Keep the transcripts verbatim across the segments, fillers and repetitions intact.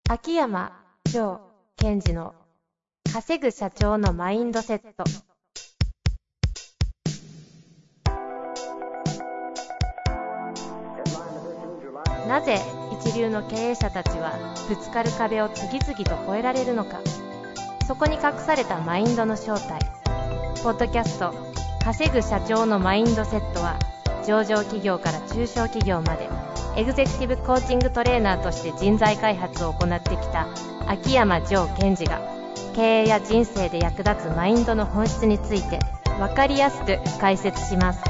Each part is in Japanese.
秋山城賢治の稼ぐ社長のマインドセット。なぜ一流の経営者たちはぶつかる壁を次々と越えられるのか。そこに隠されたマインドの正体。ポッドキャスト稼ぐ社長のマインドセットは、上場企業から中小企業までエグゼクティブコーチングトレーナーとして人材開発を行ってきた秋山城賢治が、経営や人生で役立つマインドの本質について分かりやすく解説します。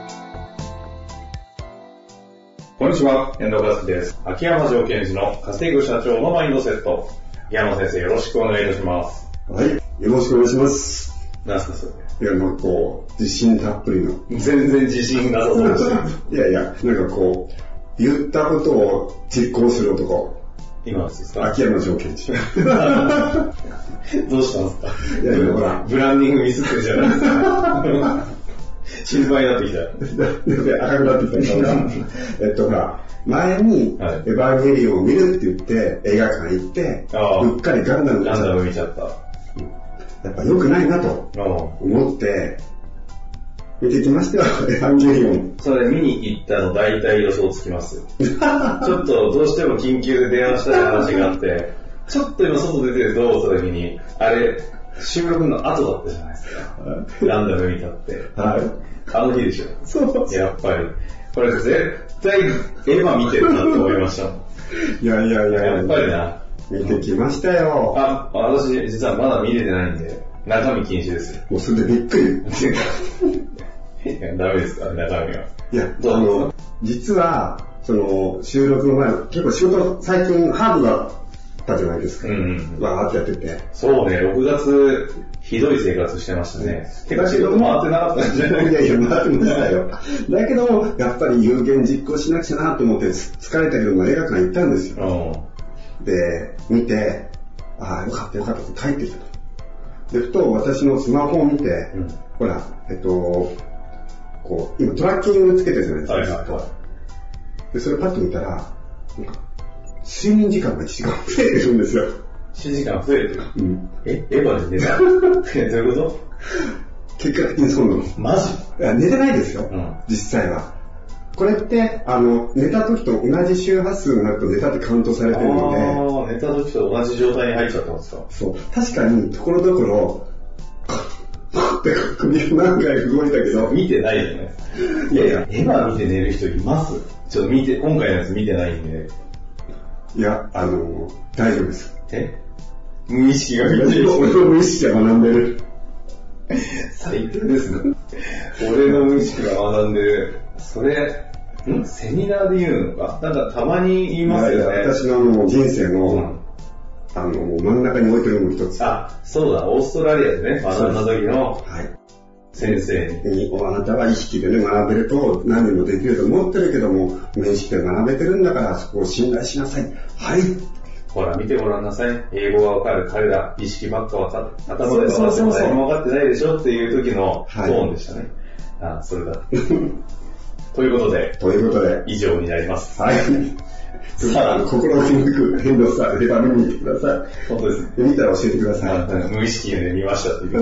こんにちは、遠藤和樹です。秋山城賢治の稼ぐ社長のマインドセット。秋山先生、よろしくお願いいたします。 はい、よろしくお願いします。 何すかそれ。 いや、なんかこう、自信たっぷりの。 全然自信なさそうでした。 いやいや、なんかこう、言ったことを実行する男。 今ですか？ 秋山城賢治。 どうしたんですか？ いやいや、ほら。 ブランディングミスってるじゃないですか。心配になってきた。 で、赤くなってきたから。えっと、ほら、前に、エヴァンゲリオンを見るって言って、映画館行って、うっかりガンダム見ちゃった。 ガンダム見ちゃった。 やっぱ良くないなと思って、見てきましたよ、エヴァンゲリオン。 それ見に行ったの大体予想つきますよ。ちょっとどうしても緊急で電話したい話があって、ちょっと今外出てるどうった時に、あれ、収録の後だったじゃないですか。ガンダム見たって。 はい。 あの日でしょ。 そう。 やっぱり。これ絶対エヴァ見てるなと思いました。 いやいやいや。 やっぱりな。 見てきましたよ。 あ、私実はまだ見れてないんで、中身禁止ですよ。 もうそれでびっくり。 いや、ダメですか、中身は。 いや、あの、実は、その、収録の前、結構仕事最近ハードだったじゃないですか。うんうん。わーってやってて。 そうね、ろくがつ、ひどい生活してましたね。てか仕事回ってなかったんじゃない？ いやいや、回ってましたよ。だけども、やっぱり有言実行しなくちゃなと思って、疲れたけども映画館行ったんですよ。うん、で、見て、ああ、よかったよかったって帰ってきたと。で、ふと私のスマホを見て、うん、ほら、えっと、こう、今トラッキングつけてるじゃないですか。はいはいはい。で、それパッと見たら、なんか、睡眠時間がいちじかん増えてるんですよ。 いちじかん増えてる。うん。え、エヴァで寝た？え、どういうこと？ 結果的にそうなの。 マジ？ いや、寝てないですよ。うん、実際は。これって、あの、寝た時と同じ周波数になると寝たってカウントされてるので。 ああ、寝た時と同じ状態に入っちゃったんですか？ そう。確かに、ところどころ、って首が何回動いたけど。 見てないよね。いやいや、エヴァ見て寝る人います？ちょっと見て、今回のやつ見てないんで。 いや、あの、大丈夫です。 え？無意識が見てる。 俺の無意識が学んでる。 最低ですね。俺の無意識が学んでる。それ、んセミナーで言うのか？なんかたまに言いますよね。 いやいや、私のもう人生の、うん、あの、真ん中に置いてるのも一つ。 あ、そうだ、オーストラリアでね、学んだ時の、はい。先生に。 あなたは意識でね、学べると何でもできると思ってるけども、無意識で学べてるんだから、そこを信頼しなさい。はい。 ほら、見てごらんなさい。英語がわかる彼ら、意識ばっかわかる。頭で回っても何もわかってないでしょっていう時のトーンでしたね。はい、あ、それだ。ということで、 ということで、 以上になります。 はい。さあ、心置きにくく変動さ、レバー見に行ってください。 本当ですね。 見たら教えてください。 無意識で見ましたっていう。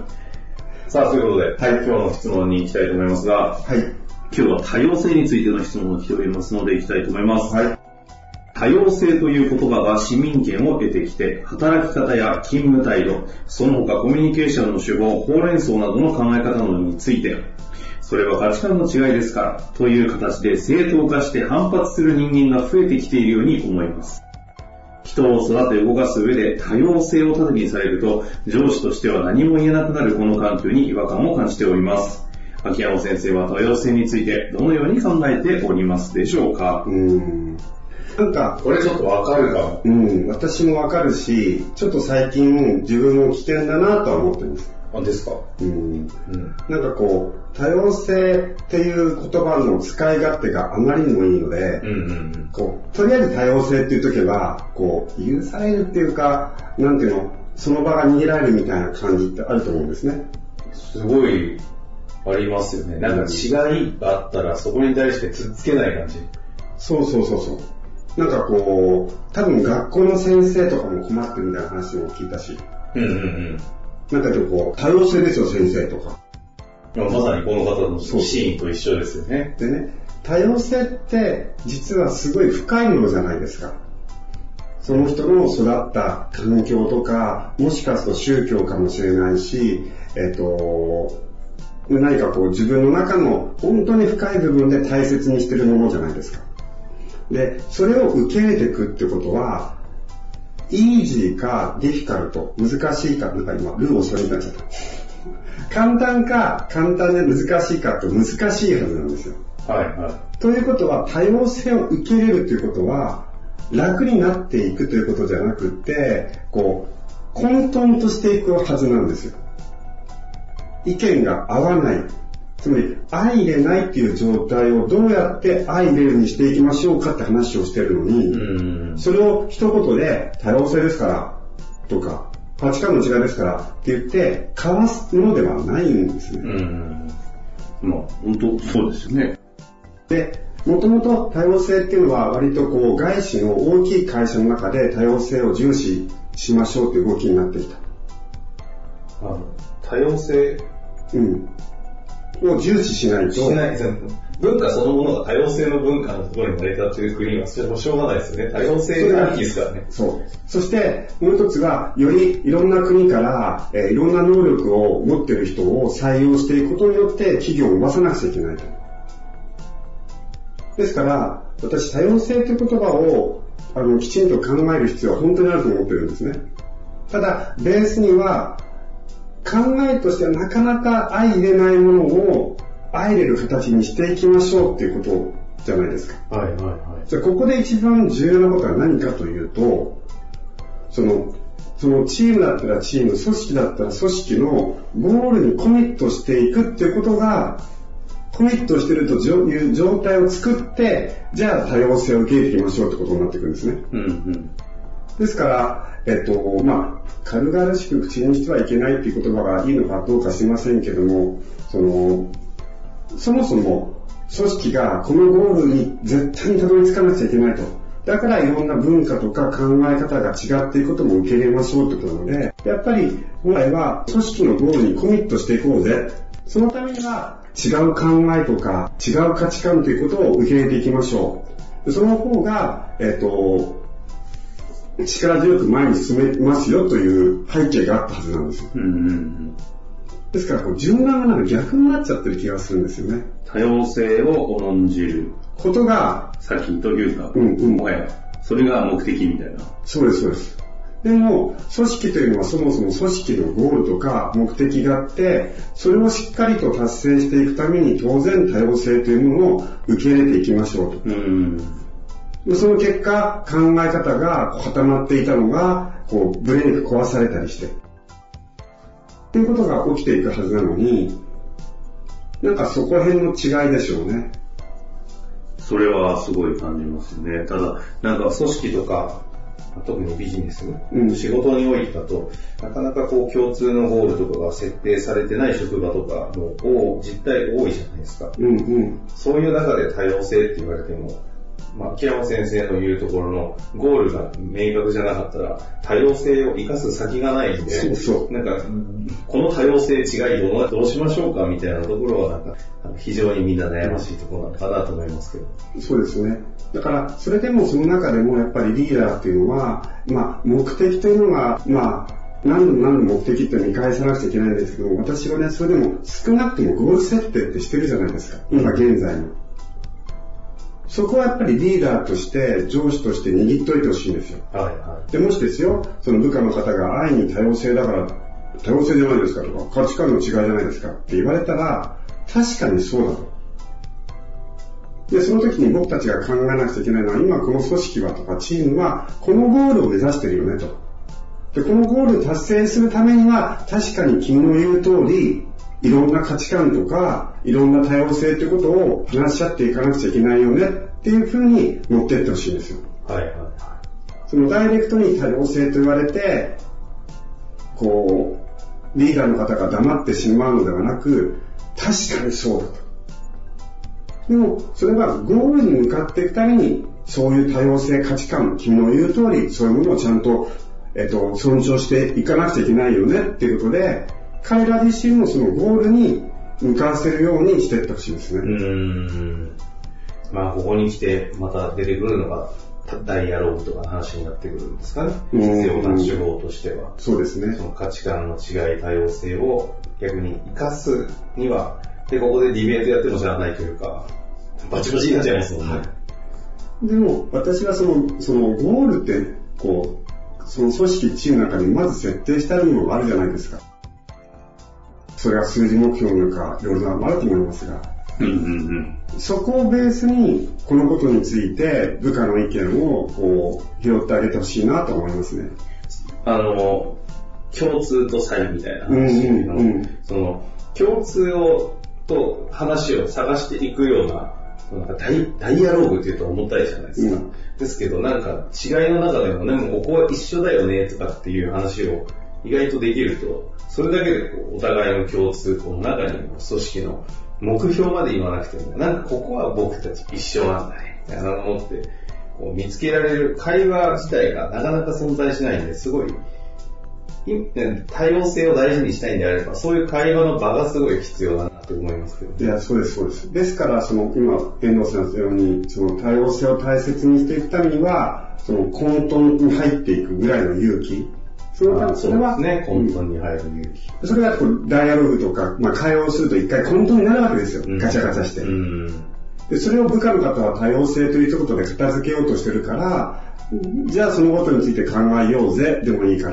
さあ、ということで、はい、今日の質問に行きたいと思いますが、はい、今日は多様性についての質問を来ておりますので行きたいと思います。はい、多様性という言葉が市民権を得てきて、働き方や勤務態度、その他コミュニケーションの手法、ほうれん草などの考え方などについて、それは価値観の違いですからという形で正当化して反発する人間が増えてきているように思います。人を育て動かす上で多様性を盾にされると、上司としては何も言えなくなるこの環境に違和感を感じております。秋山先生は多様性についてどのように考えておりますでしょうか？うーん、 なんか、 これちょっとわかるかも。 うん、私もわかるし、ちょっと最近自分も危険だなとは思ってます。 あ、ですか？ うん。うん、なんかこう、多様性っていう言葉の使い勝手があまりにもいいので、うんうんうん、こうとりあえず多様性っていう時は、こう、許されるっていうか、なんていうの、その場が逃げられるみたいな感じってあると思うんですね。 すごい、ありますよね。なんか違いがあったらそこに対してつっつけない感じ。 そうそうそうそう。 なんかこう、多分学校の先生とかも困ってるみたいな話も聞いたし。 うんうんうん。 なんかでこう、多様性ですよ、先生とか。 まさにこの方のシーンと一緒ですよね。 でね、多様性って実はすごい深いものじゃないですか。その人の育った環境とか、もしかすると宗教かもしれないし、えっと、何かこう自分の中の本当に深い部分で大切にしてるものじゃないですか。で、それを受け入れていくってことは、イージーかディフィカルト、難しいか、なんか今、ルーをそれになっちゃった。簡単か簡単で難しいかって難しいはずなんですよ。 はいはい。 ということは、多様性を受け入れるということは、楽になっていくということじゃなくて、こう、混沌としていくはずなんですよ。意見が合わない。つまり、相入れないっていう状態をどうやって相入れるようにしていきましょうかって話をしてるのに、うんそれを一言で多様性ですからとか、価値観の違いですからって言って交わすものではないんですね。 うんまあ、本当そうですよね。 で、もともと多様性っていうのは割とこう外資の大きい会社の中で多様性を重視しましょうという動きになってきた。 あの多様性うんを重視しないと。 しないですよ。文化そのものが多様性の文化のところに成り立っている国はそれもしょうがないですよね。多様性が大きいですからね。 そう。そしてもう一つはよりいろんな国から、えー、いろんな能力を持っている人を採用していくことによって企業を伸ばさなくちゃいけないと。ですから私多様性という言葉をあのきちんと考える必要は本当にあると思ってるんですね。ただベースには考えとしてはなかなか相入れないものを相入れる形にしていきましょうっていうことじゃないですか。 はいはいはい。 じゃあここで一番重要なことは何かというと、そのそのチームだったらチーム、組織だったら組織のゴールにコミットしていくっていうことが、コミットしているという状態を作って、じゃあ多様性を受け入れていきましょうってことになっていくんですね。 うんうん、 ですから、えっと、まあ、軽々しく口にしてはいけないっていう言葉がいいのかどうか知りませんけども、その、そもそも組織がこのゴールに絶対にたどり着かなくちゃいけないと。だからいろんな文化とか考え方が違っていくことも受け入れましょうってことなので、やっぱり本来は組織のゴールにコミットしていこうぜ。そのためには違う考えとか違う価値観ということを受け入れていきましょう。その方が、えっと、力強く前に進めますよという背景があったはずなんですよ。 うんうんうん、 ですからこう順番がなんか逆になっちゃってる気がするんですよね。 多様性を重んじることが先というか、 うんうん、 もはやそれが目的みたいな。 そうですそうです。でも組織というのはそもそも組織のゴールとか目的があって、それをしっかりと達成していくために当然多様性というものを受け入れていきましょうと。 うんその結果、考え方が固まっていたのが、こう、ブレーキ壊されたりして。っていうことが起きていくはずなのに、なんかそこら辺の違いでしょうね。 それはすごい感じますね。ただ、なんか組織とか、特にビジネス、うん、仕事においてだと、なかなかこう共通のゴールとかが設定されてない職場とかも実態多いじゃないですか。 うんうん、 そういう中で多様性って言われても、まあ、木山先生の言うところのゴールが明確じゃなかったら多様性を生かす先がないんで、 そうそうなんかこの多様性違いどうどうしましょうかみたいなところはなんか非常にみんな悩ましいところなのかなと思いますけど。 そうですね。だからそれでもその中でもやっぱりリーダーっていうのは、まあ、目的というのがまあ何度も何度も目的って見返さなくちゃいけないんですけども、私はねそれでも少なくともゴール設定ってしてるじゃないですか、今現在の。そこはやっぱりリーダーとして上司として握っといてほしいんですよ。 はいはい、 でもしですよ、その部下の方が安易に多様性だから多様性じゃないですかとか価値観の違いじゃないですかって言われたら確かにそうだと。でその時に僕たちが考えなくちゃいけないのは、今この組織はとかチームはこのゴールを目指してるよねと。でこのゴールを達成するためには確かに君の言う通りいろんな価値観とかいろんな多様性ということを話し合っていかなくちゃいけないよねっていうふうに持っていってほしいんですよ。 はいはい。 そのダイレクトに多様性と言われて、こうリーダーの方が黙ってしまうのではなく、確かにそうだと。でもそれはゴールに向かっていくためにそういう多様性価値観、君の言う通り、そういうものをちゃんと、えっと、尊重していかなくちゃいけないよねっていうことで、彼ら自身もそのゴールに向かわせるようにしていってほしいですね。うーん。 まあ、ここに来てまた出てくるのが、ダイアローグとかの話になってくるんですかね。必要な手法としては。 そうですね。 その価値観の違い、多様性を逆に生かすには、で、ここでディベートやっても知らないというか、バチバチになっちゃいますもんね。はい、 でも、私はその、そのゴールって、こう、その組織、チームの中にまず設定したいものがあるじゃないですか。それは数字目標なのか、いろいろあると思いますが。うんうんうん、そこをベースに、このことについて部下の意見をこう拾ってあげてほしいなと思いますね。 あの、共通と差異みたいな話、うんうんうん、その共通をと話を探していくような、なんかダイ、ダイアローグっていうと重たいじゃないですか。うん、ですけど、なんか違いの中でもね、もうここは一緒だよねとかっていう話を意外とできると、それだけでこうお互いの共通項の中に組織の目標まで言わなくても、なんかここは僕たち一緒なんだね、みたいなのを持って、こう見つけられる会話自体がなかなか存在しないんで、すごい、多様性を大事にしたいんであれば、そういう会話の場がすごい必要だなと思いますけど。 いや、そうです、そうです。ですから、その、今、遠藤さんのように、その多様性を大切にしていくためには、その混沌に入っていくぐらいの勇気。 そのたそれは、ね、混沌に入る勇気。 それがこうダイアログとか、まあ、会話をすると一回混沌になるわけですよ。うん、ガチャガチャして、うん。で。それを部下の方は多様性という一言で片付けようとしてるから、じゃあそのことについて考えようぜでもいいから、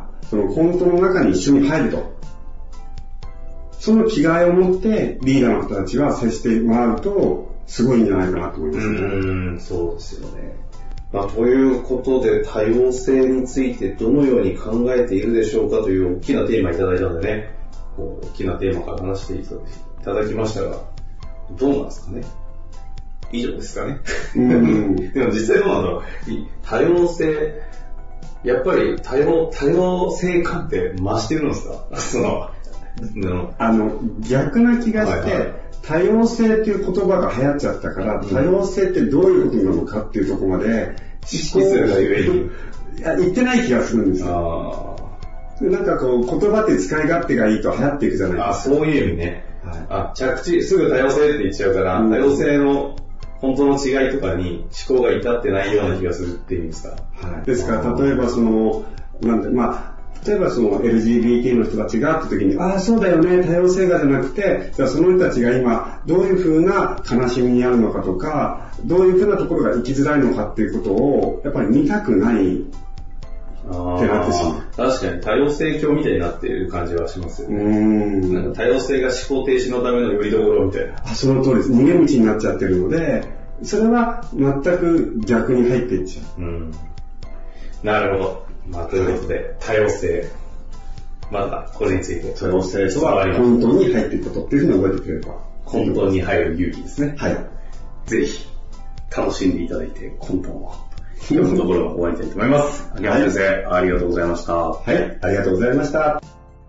その混沌の中に一緒に入ると。その気概を持ってリーダーの人たちは接してもらうと、すごいんじゃないかなと思いますね。 うん、そうですよね。まあ、ということで多様性についてどのように考えているでしょうかという大きなテーマいただいたのでね、こう大きなテーマから話していただきましたが、どうなんですかね。以上ですかね。うんでも実際どうなんだろう。多様性、やっぱり多様、多様性感って増してるんですかその、 あの、逆な気がして、はいはい、多様性っていう言葉が流行っちゃったから、多様性ってどういうことなのかっていうところまで知識するがゆえにいや言ってない気がするんですよ。なんかこう言葉って使い勝手がいいと流行っていくじゃないですか。 あ、そういう意味ね。はい、あ、着地すぐ多様性って言っちゃうから、うん、多様性の本当の違いとかに思考が至ってないような気がするっていうんですか。 はい。ですから例えばそのなんてまあ。例えばその エルジービーティー の人たちがって時に、ああそうだよね、多様性がじゃなくて、じゃあその人たちが今どういう風な悲しみにあるのかとか、どういう風なところが生きづらいのかっていうことをやっぱり見たくないってなってしまう。 確かに多様性教みたいになっている感じはしますよね。うーんなんか多様性が思考停止のためのよりどころみたいな。 あ、その通りです。逃げ道になっちゃってるので、それは全く逆に入っていっちゃう。うん、 なるほど。まあ、ということで、多様性。まだ、これについて。 多様性とは、混沌に入っていくことっていうふうに覚えてくれれば。 混沌に入る勇気ですね。 はい。 ぜひ、楽しんでいただいて、混沌を。というところを終わりたいと思います。秋山先生、はい、ありがとうございました。 はい、ありがとうございました。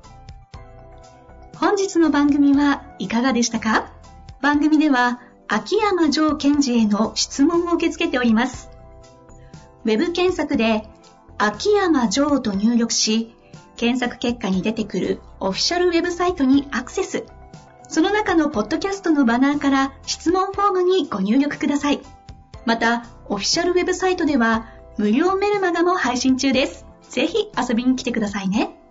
本日の番組はいかがでしたか？番組では、秋山城賢治への質問を受け付けております。ウェブ検索で、秋山城と入力し、検索結果に出てくるオフィシャルウェブサイトにアクセス。その中のポッドキャストのバナーから質問フォームにご入力ください。また、オフィシャルウェブサイトでは無料メルマガも配信中です。ぜひ遊びに来てくださいね。